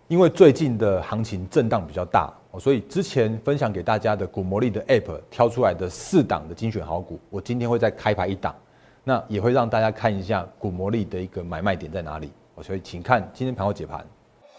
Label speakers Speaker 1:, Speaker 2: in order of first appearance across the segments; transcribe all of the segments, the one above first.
Speaker 1: 因为最近的行情震荡比较大，所以之前分享给大家的股魔力的 App 挑出来的4档的精选好股，我今天会再开牌1档，那也会让大家看一下股魔力的一个买卖点在哪里。所以请看今天盘后解盘。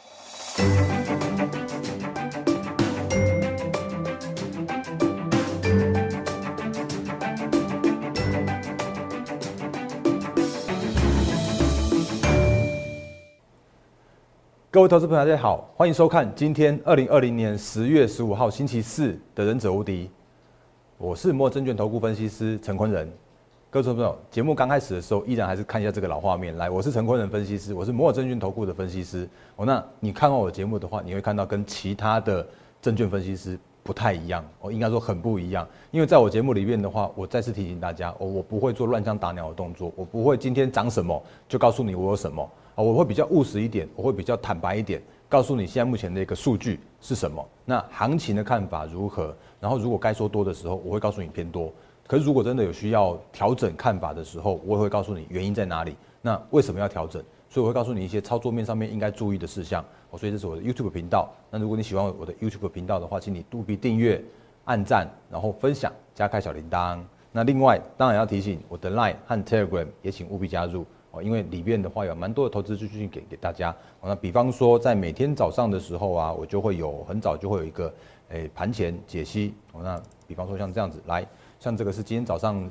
Speaker 1: 各位投资朋友，大家好，欢迎收看今天2020年10月15号星期四的《忍者无敌》，我是摩尔证券投顾分析师陈坤仁。各位投资朋友，节目刚开始的时候，依然还是看一下这个老画面。来，我是陈坤仁分析师，我是摩尔证券投顾的分析师。那你看完我的节目的话，你会看到跟其他的证券分析师不太一样，应该说很不一样。因为在我节目里面的话，我再次提醒大家，我不会做乱枪打鸟的动作，我不会今天涨什么就告诉你我有什么。我会比较务实一点，我会比较坦白一点，告诉你现在目前的一个数据是什么，那行情的看法如何，然后如果该说多的时候，我会告诉你偏多。可是如果真的有需要调整看法的时候，我也会告诉你原因在哪里，那为什么要调整，所以我会告诉你一些操作面上面应该注意的事项。所以这是我的 YouTube 频道，那如果你喜欢我的 YouTube 频道的话，请你务必订阅、按赞，然后分享加开小铃铛。那另外当然要提醒我的 Line 和 Telegram 也请务必加入，因为里面的话有蛮多的投资资讯给大家。那比方说在每天早上的时候啊，我就会有很早就会有一个盘前解析。那比方说像这样子，来，像这个是今天早上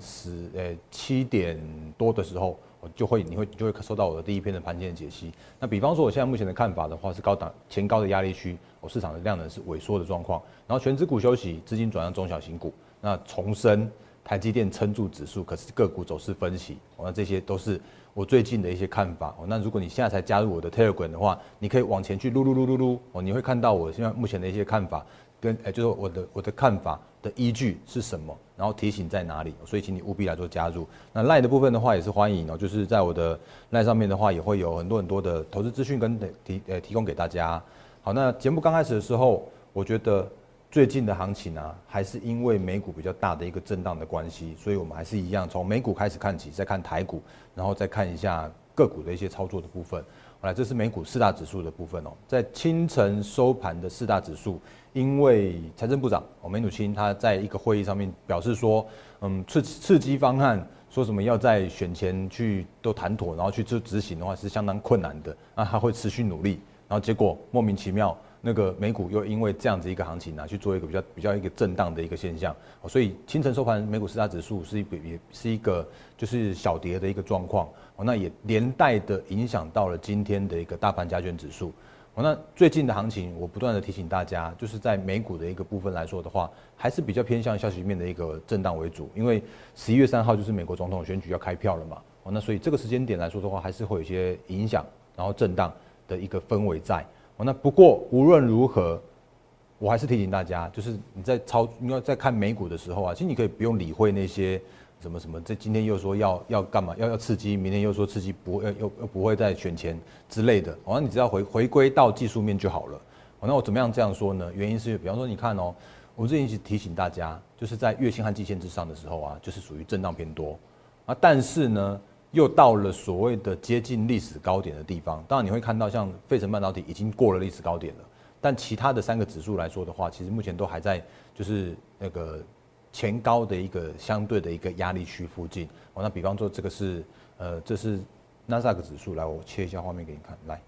Speaker 1: 7点多的时候，你就会收到我的第一篇的盘前解析。那比方说我现在目前的看法的话是前高的压力区，市场的量能是萎缩的状况，然后全指股休息，资金转向中小型股，那重申台积电撑住指数，可是个股走势分析，那这些都是我最近的一些看法。那如果你现在才加入我的 Telegram 的话，你可以往前去撸，你会看到我现在目前的一些看法，跟就是我的看法的依据是什么，然后提醒在哪里，所以请你务必来做加入。那 LINE 的部分的话也是欢迎就是在我的 LINE 上面的话，也会有很多的投资资讯跟提供给大家。好，那节目刚开始的时候，我觉得最近的行情啊，还是因为美股比较大的一个震荡的关系，所以我们还是一样从美股开始看起，再看台股，然后再看一下个股的一些操作的部分。好来，这是美股4大指数的部分在清晨收盘的4大指数，因为财政部长梅努钦他在一个会议上面表示说，刺激方案说什么要在选前去都谈妥，然后去执行的话是相当困难的，那他会持续努力，然后结果莫名其妙。那个美股又因为这样子一个行情去做一个比较一个震荡的一个现象，所以清晨收盘美股4大指数是一个就是小跌的一个状况，那也连带的影响到了今天的一个大盘加权指数。那最近的行情，我不断的提醒大家，就是在美股的一个部分来说的话，还是比较偏向消息面的一个震荡为主，因为11月3号就是美国总统选举要开票了嘛，那所以这个时间点来说的话，还是会有一些影响，然后震荡的一个氛围在。那不过无论如何，我还是提醒大家，就是你在看美股的时候啊，其实你可以不用理会那些什么，这今天又说要干嘛，要刺激，明天又说刺激又不会在选前之类的，那你只要回归到技术面就好了。那我怎么样这样说呢？原因是比方说你看我最近一直提醒大家，就是在月线和季线之上的时候啊，就是属于震荡偏多但是呢，又到了所谓的接近历史高点的地方，当然你会看到像费城半导体已经过了历史高点了，但其他的3个指数来说的话，其实目前都还在就是那个前高的一个相对的一个压力区附近。那比方说这个是这是纳斯达克指数，来我切一下画面给你看，来。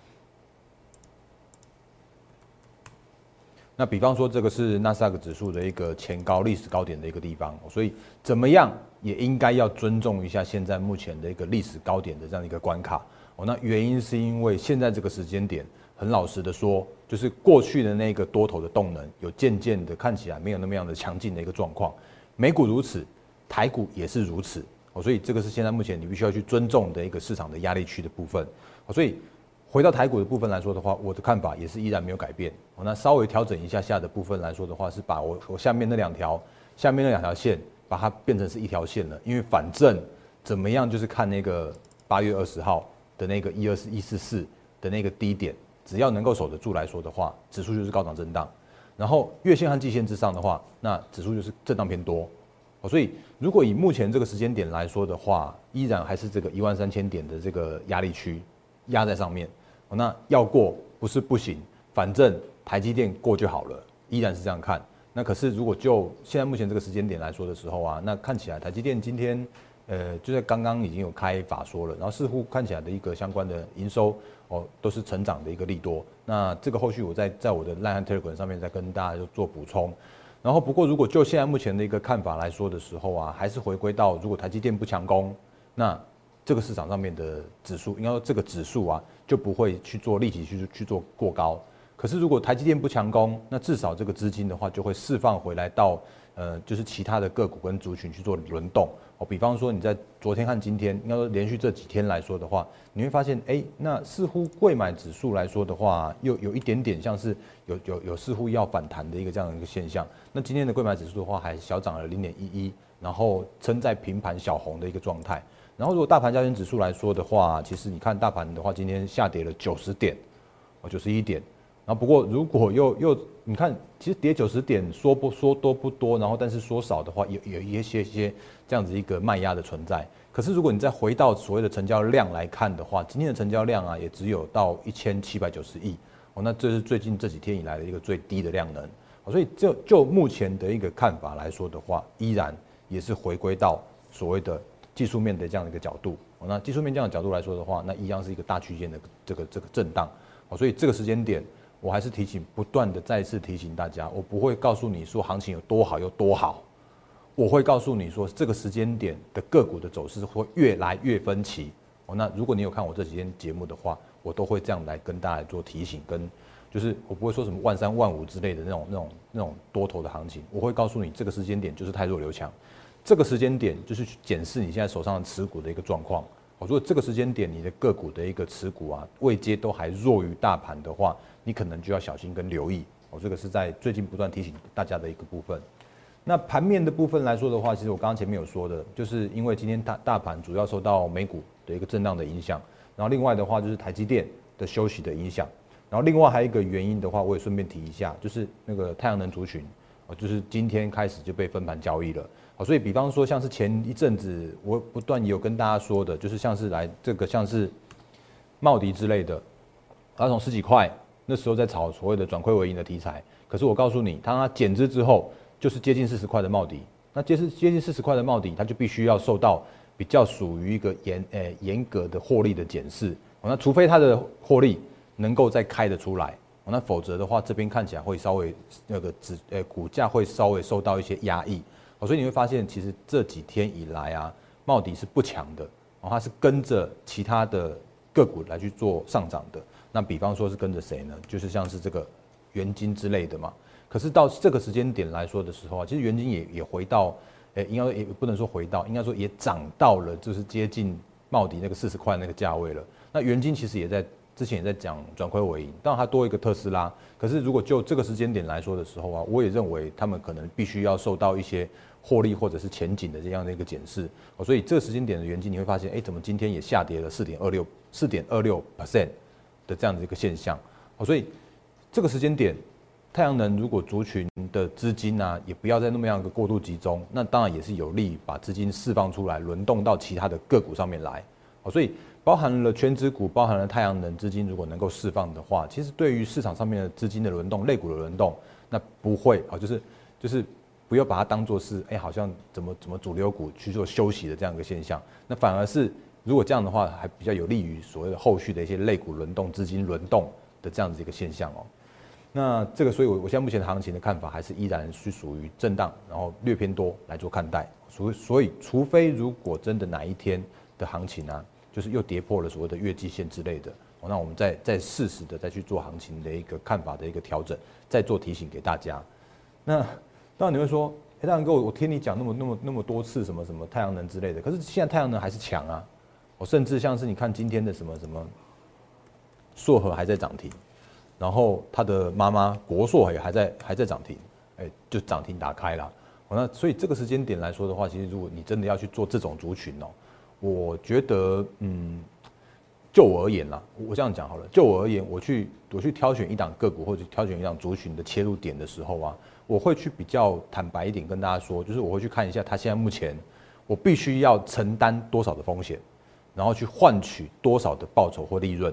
Speaker 1: 那比方说这个是纳斯达克指数的一个前高历史高点的一个地方，所以怎么样也应该要尊重一下现在目前的一个历史高点的这样的一个关卡。那原因是因为现在这个时间点，很老实的说，就是过去的那个多头的动能有渐渐的看起来没有那么样的强劲的一个状况，美股如此，台股也是如此，所以这个是现在目前你必须要去尊重的一个市场的压力区的部分。所以回到台股的部分来说的话，我的看法也是依然没有改变。那稍微调整一下下的部分来说的话，是把我下面那两条线，把它变成是一条线了。因为反正怎么样，就是看那个8月20号的那个144的那个低点，只要能够守得住来说的话，指数就是高档震荡。然后月线和季线之上的话，那指数就是震荡偏多。所以如果以目前这个时间点来说的话，依然还是这个13000点的这个压力区压在上面。那要过不是不行，反正台积电过就好了，依然是这样看。那可是如果就现在目前这个时间点来说的时候啊，那看起来台积电今天就在刚刚已经有开法说了，然后似乎看起来的一个相关的营收都是成长的一个利多。那这个后续我在我的 LINE 和 Telegram 上面再跟大家就做补充。然后不过如果就现在目前的一个看法来说的时候啊，还是回归到如果台积电不强攻，那这个市场上面的指数，应该说这个指数啊就不会去做立即去做过高。可是如果台积电不强攻，那至少这个资金的话就会释放回来到就是其他的个股跟族群去做轮动。比方说你在昨天和今天，应该说连续这几天来说的话，你会发现，那似乎柜买指数来说的话，又有一点点像是有似乎要反弹的一个这样的一个现象。那今天的柜买指数的话，还小涨了0.11，然后撑在平盘小红的一个状态。然后如果大盘加权指数来说的话，其实你看大盘的话，今天下跌了90点，91点。然后不过如果又你看，其实跌90点说多不多，然后但是说少的话，有一些这样子一个卖压的存在。可是如果你再回到所谓的成交量来看的话，今天的成交量啊也只有到1790亿那这是最近这几天以来的一个最低的量能。所以就目前的一个看法来说的话，依然也是回归到所谓的技术面的这样的一个角度。那技术面这样的角度来说的话，那一样是一个大区间的这个震荡。所以这个时间点，我还是不断的再次提醒大家，我不会告诉你说行情有多好有多好，我会告诉你说这个时间点的个股的走势会越来越分歧。那如果你有看我这几天节目的话，我都会这样来跟大家做提醒，跟就是我不会说什么万三万五之类的那种多头的行情，我会告诉你这个时间点就是太弱留强，这个时间点就是去检视你现在手上的持股的一个状况。如果这个时间点你的个股的一个持股啊位阶都还弱于大盘的话，你可能就要小心跟留意。这个是在最近不断提醒大家的一个部分。那盘面的部分来说的话，其实我刚刚前面有说的，就是因为今天大盘主要受到美股的一个震荡的影响，然后另外的话就是台积电的休息的影响，然后另外还有一个原因的话，我也顺便提一下，就是那个太阳能族群，就是今天开始就被分盘交易了。所以比方说像是前一阵子我不断也有跟大家说的，就是像是像是茂迪之类的，它从10几块那时候在炒所谓的转亏为盈的题材，可是我告诉你，它减资之后就是接近40块的茂迪，那接近40块的茂迪，它就必须要受到比较属于一个严格的获利的检视。那除非它的获利能够再开得出来，那否则的话，这边看起来会稍微股价会稍微受到一些压抑。所以你会发现，其实这几天以来啊，茂迪是不强的，它是跟着其他的个股来去做上涨的。那比方说是跟着谁呢？就是像是这个元晶之类的嘛。可是到这个时间点来说的时候啊，其实元晶也回到，应该也不能说回到，应该说也涨到了，就是接近茂迪那个40块那个价位了。那元晶其实之前也在讲转亏为盈，当然它多一个特斯拉。可是如果就这个时间点来说的时候啊，我也认为他们可能必须要受到一些获利或者是前景的这样的一个检视。所以这个时间点的元晶你会发现，怎么今天也下跌了4.26% 的这样的一个现象。所以这个时间点，太阳能如果族群的资金啊，也不要再那么样一个过度集中，那当然也是有利把资金释放出来，轮动到其他的个股上面来。所以包含了全指股，包含了太阳能资金，如果能够释放的话，其实对于市场上面的资金的轮动、类股的轮动，那不会就是不要把它当作是好像怎么主流股去做休息的这样一个现象，那反而是如果这样的话，还比较有利于所谓的后续的一些类股轮动、资金轮动的这样子一个现象那这个，所以我现在目前的行情的看法还是依然是属于震荡，然后略偏多来做看待。所以除非如果真的哪一天的行情啊，就是又跌破了所谓的月季线之类的，那我们再适时的再去做行情的一个看法的一个调整，再做提醒给大家。那当然你会说，大阳哥，我听你讲那么多次什么太阳能之类的，可是现在太阳能还是强啊。甚至像是你看今天的什么硕禾还在涨停，然后他的妈妈国硕也还在涨停，就涨停打开了。那所以这个时间点来说的话，其实如果你真的要去做这种族群我觉得就我而言啦，我这样讲好了，就我而言，我去挑选一档个股或者挑选一档族群的切入点的时候啊，我会去比较坦白一点跟大家说，就是我会去看一下它现在目前我必须要承担多少的风险，然后去换取多少的报酬或利润。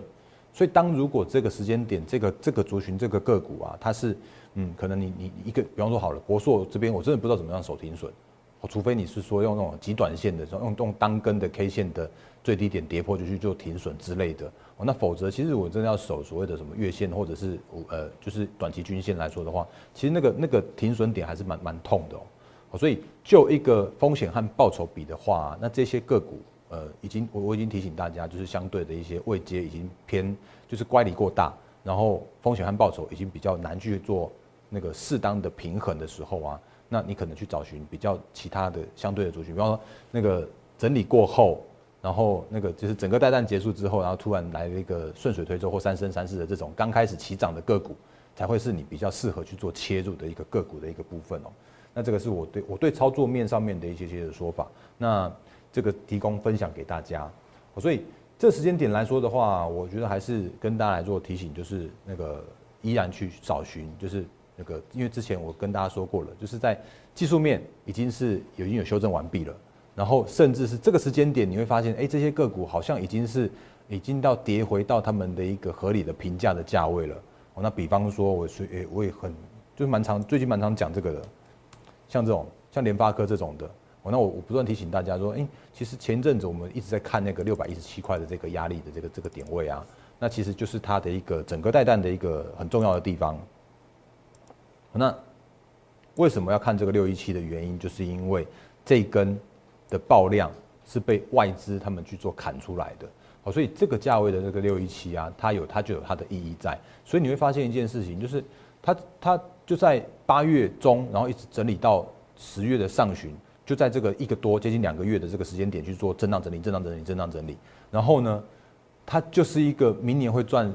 Speaker 1: 所以如果这个时间点，这个族群这个个股啊，它是可能你一个，比方说好了，国硕这边我真的不知道怎么样守停损，除非你是说用那种极短线的，用当根的 K 线的最低点跌破就去做停损之类的，那否则其实我真的要守所谓的什么月线或者是就是短期均线来说的话，其实那个停损点还是蛮痛的所以就一个风险和报酬比的话，那这些个股我已经提醒大家，就是相对的一些位阶已经偏就是乖离过大，然后风险和报酬已经比较难去做那个适当的平衡的时候啊，那你可能去找寻比较其他的相对的族群，比方说那个整理过后，然后那个就是整个带弹结束之后，然后突然来了一个顺水推舟或三升三世的这种刚开始起涨的个股，才会是你比较适合去做切入的一个个股的一个部分那这个是我对操作面上面的一些的说法，那这个提供分享给大家。所以这时间点来说的话，我觉得还是跟大家来做提醒，就是那个依然去找寻，就是那个，因为之前我跟大家说过了，就是在技术面已经有修正完毕了，然后甚至是这个时间点，你会发现，这些个股好像已经跌回到他们的一个合理的评价的价位了。那比方说我也很就是最近蛮常讲这个的，像联发科这种的。那我不断提醒大家说，其实前一阵子我们一直在看那个617块的这个压力的这个点位啊，那其实就是它的一个整个带弹的一个很重要的地方。那为什么要看这个617的原因，就是因为这一根的爆量是被外资他们去做砍出来的，所以这个价位的这个617啊，它就有它的意义在。所以你会发现一件事情，就是它就在8月中，然后一直整理到10月的上旬。就在这个1个多接近2个月的这个时间点去做震荡整理，然后呢，它就是一个明年会赚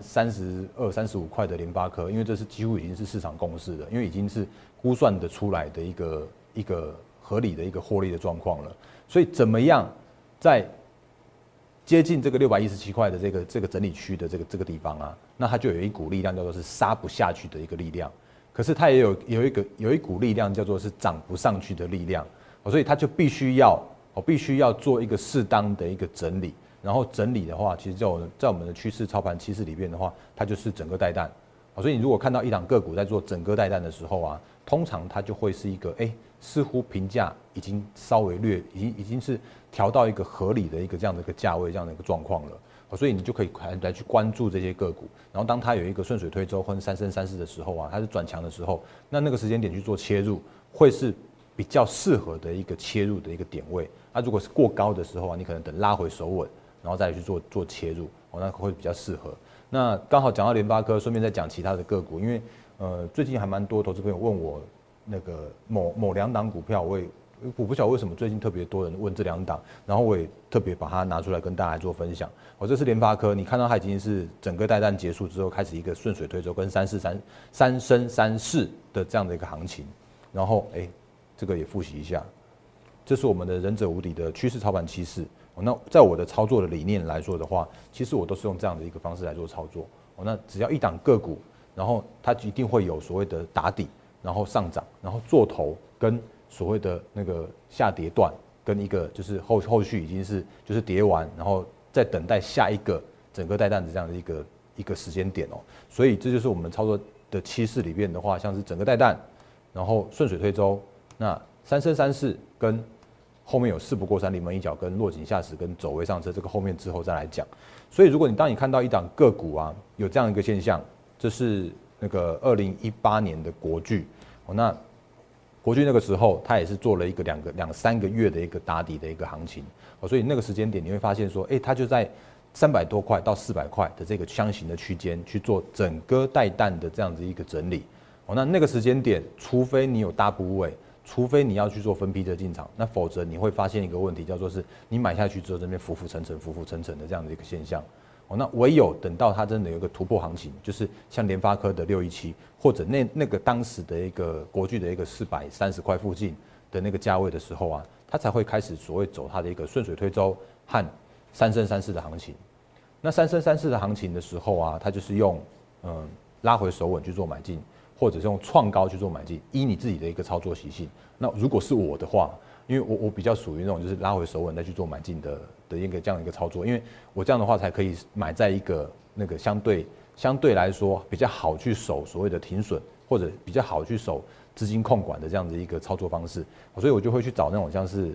Speaker 1: 32、35块的联发科，因为这是几乎已经是市场共识的，因为已经是估算的出来的一个合理的一个获利的状况了。所以怎么样在接近这个617块的这个整理区的这个地方啊，那它就有一股力量叫做是杀不下去的一个力量，可是它也有一股力量叫做是涨不上去的力量。所以它就必须要做一个适当的一个整理，然后整理的话，其实在我们的趋势操盘趋势里面的话，它就是整个带弹。所以你如果看到一档个股在做整个带弹的时候啊，通常它就会是一个似乎评价已经稍微已经是调到一个合理的一个这样的一个价位这样的一个状况了。所以你就可以来去关注这些个股，然后当它有一个顺水推舟或者三升三世的时候啊，它是转强的时候，那个时间点去做切入会是比较适合的一个切入的一个点位。如果是过高的时候啊，你可能等拉回手稳，然后再去做切入，那会比较适合。那刚好讲到联发科，顺便再讲其他的个股，因为最近还蛮多投资朋友问我那个某2档股票，我不晓得为什么最近特别多人问这2档，然后我也特别把它拿出来跟大家做分享。这是联发科，你看到它已经是整个带弹结束之后，开始一个顺水推舟跟三升三世的这样的一个行情，然后这个也复习一下，这是我们的忍者无敌的趋势操盘趋势。那在我的操作的理念来说的话，其实我都是用这样的一个方式来做操作。那只要一档个股，然后它一定会有所谓的打底，然后上涨，然后做头跟所谓的那个下跌段，跟一个就是后续已经是就是跌完，然后再等待下一个整个带弹的这样的一个时间点所以这就是我们操作的趋势里面的话，像是整个带弹，然后顺水推舟，那三升三世跟后面有势不过三临门一脚跟落井下石跟走位上车，这个后面之后再来讲。所以如果当你看到一档个股啊有这样一个现象，这是那个2018年的国巨那国巨那个时候它也是做了一个两三个月的一个打底的一个行情所以那个时间点你会发现说它就在300多块到400块的这个箱型的区间去做整个带弹的这样子一个整理那个时间点，除非你有大部位，除非你要去做分批的进场，那否则你会发现一个问题，叫做是你买下去之后这边浮浮沉沉的这样的一个现象那唯有等到它真的有一个突破行情，就是像联发科的617，或者那个当时的一个国巨的一个430块附近的那个价位的时候啊，它才会开始所谓走它的一个顺水推舟和三升三世的行情。那三升三世的行情的时候啊，它就是用拉回手稳去做买进，或者是用创高去做买进，依你自己的一个操作习性。那如果是我的话，因为我比较属于那种就是拉回手稳再去做买进的一个这样的一个操作，因为我这样的话才可以买在一个那个相对来说比较好去守所谓的停损，或者比较好去守资金控管的这样子一个操作方式，所以我就会去找那种像是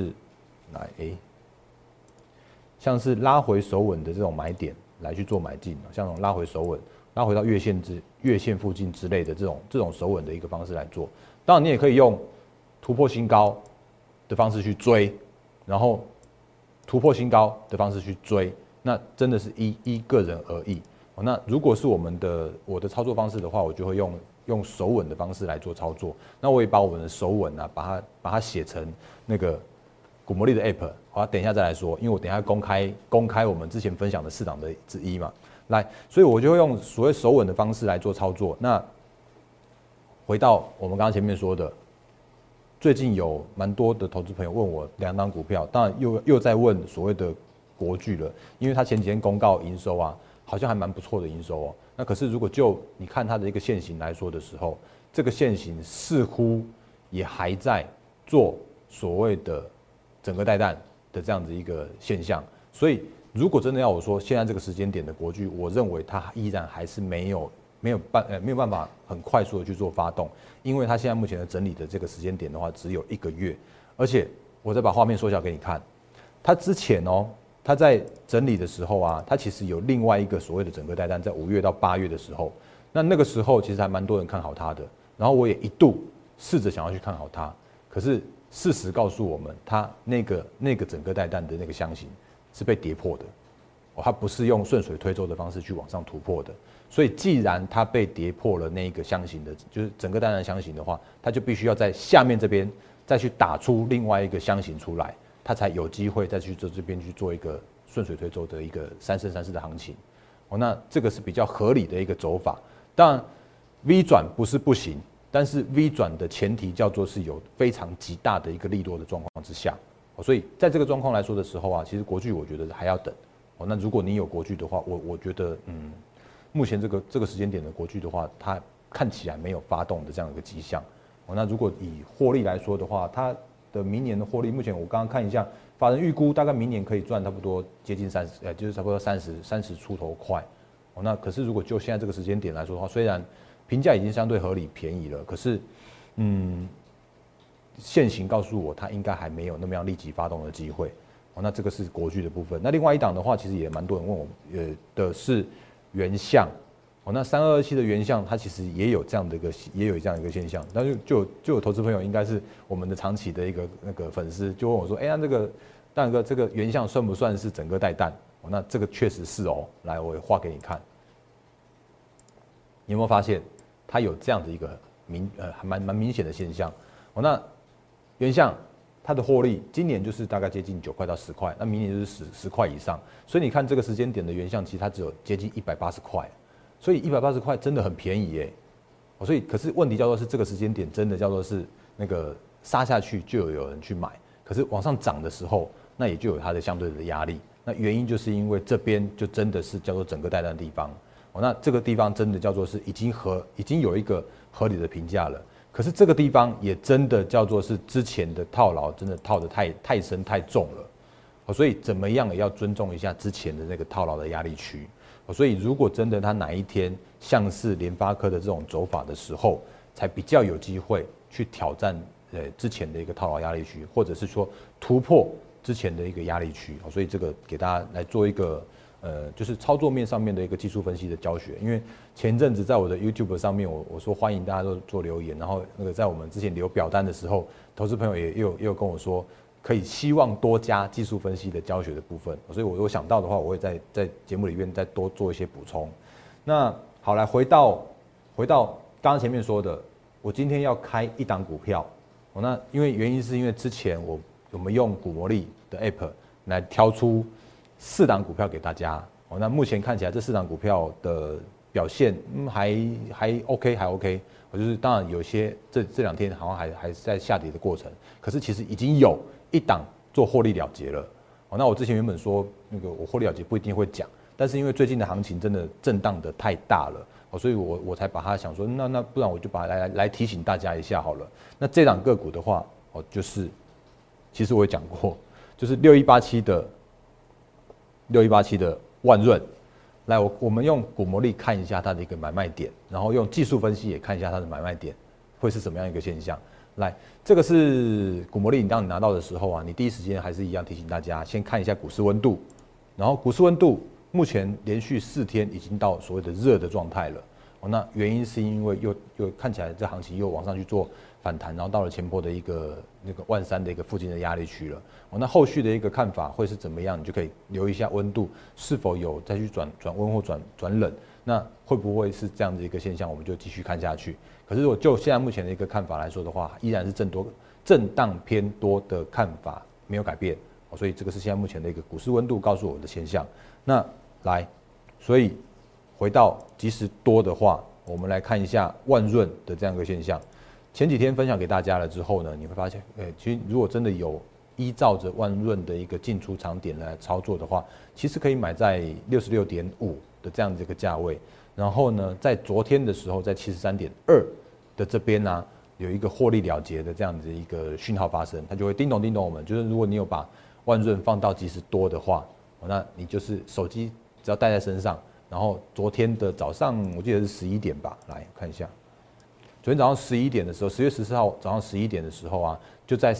Speaker 1: 像是拉回守稳的这种买点来去做买进，像那种拉回守稳，拉回到月线附近之类的这种守稳的一个方式来做。当然你也可以用突破新高的方式去追，然后突破新高的方式去追，那真的是依个人而异。那如果是我的操作方式的话，我就会用守稳的方式来做操作。那我也把我们的守稳啊，把它写成那个股魔力的 app， 好，等一下再来说，因为我等一下公开我们之前分享的4档的之一嘛，来，所以我就会用所谓守稳的方式来做操作。那回到我们刚刚前面说的，最近有蛮多的投资朋友问我2档股票，当然又在问所谓的国巨了，因为他前几天公告营收啊，好像还蛮不错的营收哦。那可是如果就你看它的一个线型来说的时候，这个线型似乎也还在做所谓的整个带弹的这样子一个现象，所以如果真的要我说现在这个时间点的国巨，我认为它依然还是没有办法很快速的去做发动，因为它现在目前的整理的这个时间点的话，只有1个月，而且我再把画面缩小给你看，它之前它在整理的时候啊，它其实有另外一个所谓的整个带弹，在5月到8月的时候，那个时候其实还蛮多人看好它的，然后我也一度试着想要去看好它，可是事实告诉我们，它那个整个带弹的那个箱型是被跌破的，它不是用顺水推舟的方式去往上突破的。所以既然它被跌破了那个箱型的，就是整个带弹箱型的话，它就必须要在下面这边再去打出另外一个箱型出来，它才有机会再去这边去做一个顺水推舟的一个3升3世的行情。那这个是比较合理的一个走法。当然 V 转不是不行，但是 V 转的前提叫做是有非常极大的一个利多的状况之下，所以在这个状况来说的时候啊，其实国巨我觉得还要等。那如果你有国巨的话，我觉得目前这个时间点的国巨的话，它看起来没有发动的这样一个迹象。那如果以获利来说的话，它的明年的获利，目前我刚刚看一下，法人预估大概明年可以赚差不多接近就是差不多30出头块。那可是如果就现在这个时间点来说的话，虽然评价已经相对合理便宜了，可是现行告诉我它应该还没有那么样立即发动的机会。那这个是国巨的部分。那另外一档的话，其实也蛮多人问我的是原相。那3227的原相，它其实也有这样的一个现象。但是就有投资朋友应该是我们的长期的一个那个粉丝，就问我说：“那这个大哥，这个原相算不算是整个带弹？”那这个确实是哦。来，我画给你看，你有没有发现它有这样的一个还蛮明显的现象？那原相它的获利今年就是大概接近9块到10块，那明年就是10块以上。所以你看这个时间点的原相，其实它只有接近180块。所以180块真的很便宜耶，所以可是问题叫做是这个时间点真的叫做是那个杀下去就有人去买，可是往上涨的时候，那也就有它的相对的压力。那原因就是因为这边就真的是叫做整个带弹的地方，那这个地方真的叫做是已经有一个合理的评价了。可是这个地方也真的叫做是之前的套牢真的套得太深太重了，所以怎么样也要尊重一下之前的那个套牢的压力区。所以如果真的它哪一天像是联发科的这种走法的时候，才比较有机会去挑战之前的一个套牢压力区，或者是说突破之前的一个压力区。所以这个给大家来做一个就是操作面上面的一个技术分析的教学。因为前阵子在我的 YouTube 上面，我说欢迎大家都做留言，然后那个在我们之前留表单的时候，投资朋友也有跟我说，可以希望多加技术分析的教学的部分，所以我想到的话，我会在节目里面再多做一些补充。那好，来回到刚刚前面说的，我今天要开1档股票，那原因是因为之前我们用股魔力的 App 来挑出4档股票给大家，那目前看起来这4档股票的表现还 OK，我就是当然有些这2天好像还在下跌的过程，可是其实已经有1档做获利了结了。那我之前原本说那个我获利了结不一定会讲，但是因为最近的行情真的震荡的太大了，所以我才把它想说，那不然我就把它来提醒大家一下好了。那这档个股的话，就是其实我也讲过，就是6187的万润。 来，我们用股魔力看一下它的一个买卖点，然后用技术分析也看一下它的买卖点会是什么样一个现象。来，这个是股魔力，当你拿到的时候啊，你第一时间还是一样提醒大家，先看一下股市温度，然后股市温度目前连续4天已经到所谓的热的状态了。那原因是因为又看起来这行情又往上去做反弹，然后到了前波的一个那个13000的一个附近的压力区了。那后续的一个看法会是怎么样？你就可以留意一下温度是否有再去转温或转冷，那会不会是这样的一个现象？我们就继续看下去。可是如果就现在目前的一个看法来说的话，依然是震荡偏多的看法没有改变，所以这个是现在目前的一个股市温度告诉我的现象。那来，所以回到即时多的话，我们来看一下万润的这样一个现象。前几天分享给大家了之后呢，你会发现，其实如果真的有依照着万润的一个进出场点来操作的话，其实可以买在66.5的这样的一个价位。然后呢，在昨天的时候，在73.2的这边呢，有一个获利了结的这样子一个讯号发生，它就会叮咚叮咚我们，就是如果你有把万润放到即时多的话，那你就是手机只要带在身上。然后昨天的早上，我记得是11点吧，来看一下。昨天早上11点的时候，10月14号早上11点的时候啊，就在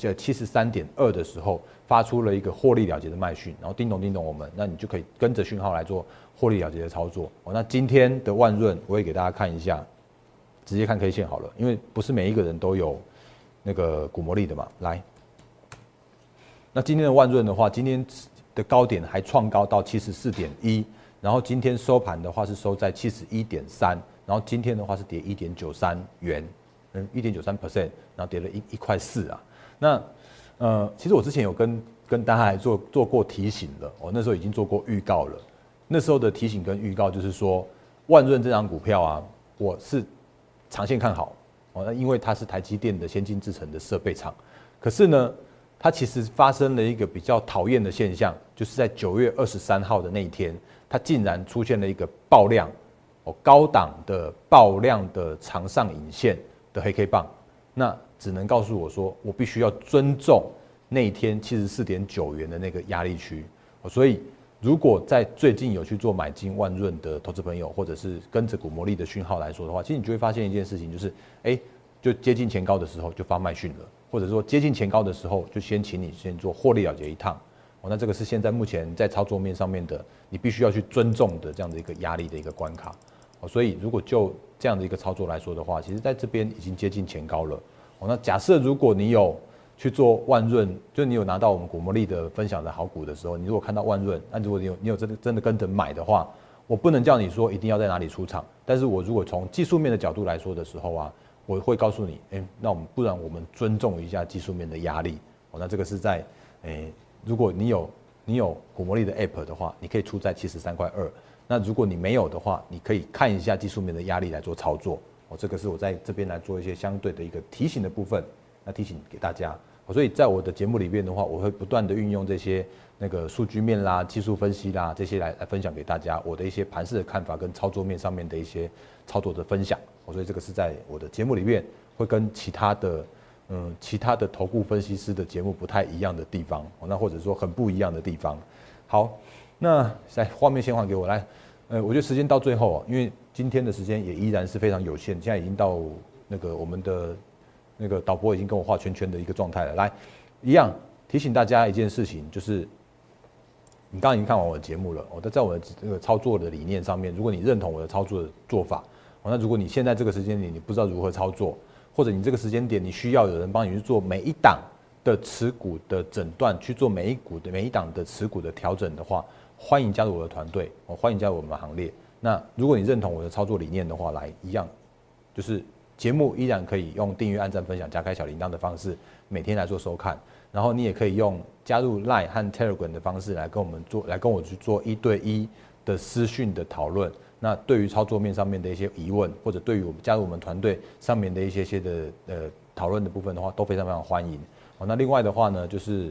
Speaker 1: 73.2的时候发出了一个获利了结的卖讯，然后叮咚叮咚我们，那你就可以跟着讯号来做获利了结的操作。那今天的万润我也给大家看一下，直接看 K 线好了，因为不是每一个人都有那个股魔力的嘛。来，那今天的万润的话，今天的高点还创高到74.1。然后今天收盘的话是收在71.3，然后今天的话是跌1.93元，1.93%，然后跌了1.4块啊。那其实我之前有跟大家来做过提醒了，我那时候已经做过预告了。那时候的提醒跟预告就是说，万润这张股票啊，我是长线看好那因为它是台积电的先进制程的设备厂，可是呢，它其实发生了一个比较讨厌的现象，就是在9月23号的那一天。它竟然出现了一个爆量，高档的爆量的长上影线的黑 K 棒，那只能告诉我说，我必须要尊重那一天74.9元的那个压力区。所以，如果在最近有去做买进万润的投资朋友，或者是跟着股魔力的讯号来说的话，其实你就会发现一件事情，就是就接近前高的时候就发卖讯了，或者说接近前高的时候就先请你先做获利了结一趟。那这个是现在目前在操作面上面的，你必须要去尊重的这样的一个压力的一个关卡。所以如果就这样的一个操作来说的话，其实在这边已经接近前高了。那假设如果你有去做万润，就你有拿到我们股魔力的分享的好股的时候，你如果看到万润，那如果你有真的跟着买的话，我不能叫你说一定要在哪里出场，但是我如果从技术面的角度来说的时候啊，我会告诉你，那不然我们尊重一下技术面的压力。那这个是在如果你有股魔力的 App 的话，你可以出在73.2块。那如果你没有的话，你可以看一下技术面的压力来做操作。这个是我在这边来做一些相对的一个提醒的部分，那提醒给大家。所以在我的节目里面的话，我会不断的运用这些那个数据面啦、技术分析啦这些来分享给大家我的一些盘势的看法跟操作面上面的一些操作的分享。所以这个是在我的节目里面会跟其他的投顾分析师的节目不太一样的地方，那或者说很不一样的地方。好，那来画面先还给我来，我觉得时间到最后因为今天的时间也依然是非常有限，现在已经到那个我们的那个导播已经跟我画圈圈的一个状态了。来，一样提醒大家一件事情，就是你刚刚已经看完我的节目了，在我的这个操作的理念上面，如果你认同我的操作的做法，那如果你现在这个时间点你不知道如何操作，或者你这个时间点你需要有人帮你去做每一档的持股的诊断，去做每一档的持股的调整的话，欢迎加入我的团队，欢迎加入我们的行列。那如果你认同我的操作理念的话，来一样，就是节目依然可以用订阅、按赞、分享、加开小铃铛的方式每天来做收看，然后你也可以用加入 LINE 和 Telegram 的方式来跟我去做1对1的私讯的讨论。那对于操作面上面的一些疑问，或者对于我们加入我们团队上面的一些的讨论的部分的话，都非常非常欢迎。那另外的话呢，就是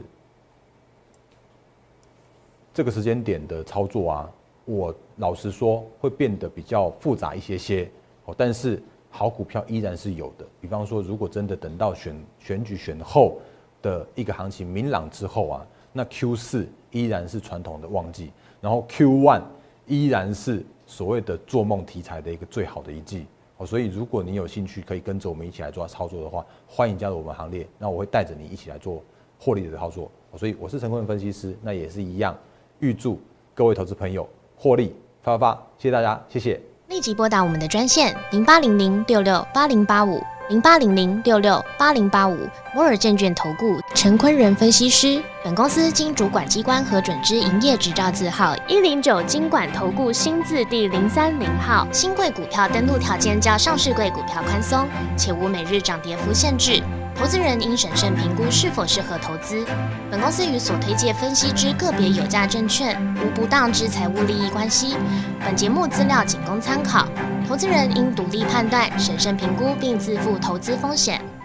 Speaker 1: 这个时间点的操作啊，我老实说会变得比较复杂一些，但是好股票依然是有的。比方说，如果真的等到选举选后的一个行情明朗之后啊，那 Q4 依然是传统的旺季，然后 Q1 依然是所谓的做梦题材的一个最好的一季。所以如果你有兴趣可以跟着我们一起来做操作的话，欢迎加入我们行列。那我会带着你一起来做获利的操作。所以我是陈坤分析师，那也是一样，预祝各位投资朋友获利发发发！谢谢大家，谢谢。
Speaker 2: 立即拨打我们的专线0800668085。0800668085，摩尔证券投顾陈坤仁分析师。本公司经主管机关核准之营业执照字号109金管投顾新字第030号。新贵股票登录条件较上市贵股票宽松，且无每日涨跌幅限制。投资人应审慎评估是否适合投资。本公司与所推介分析之个别有价证券无不当之财务利益关系。本节目资料仅供参考，投资人应独立判断、审慎评估并自负投资风险。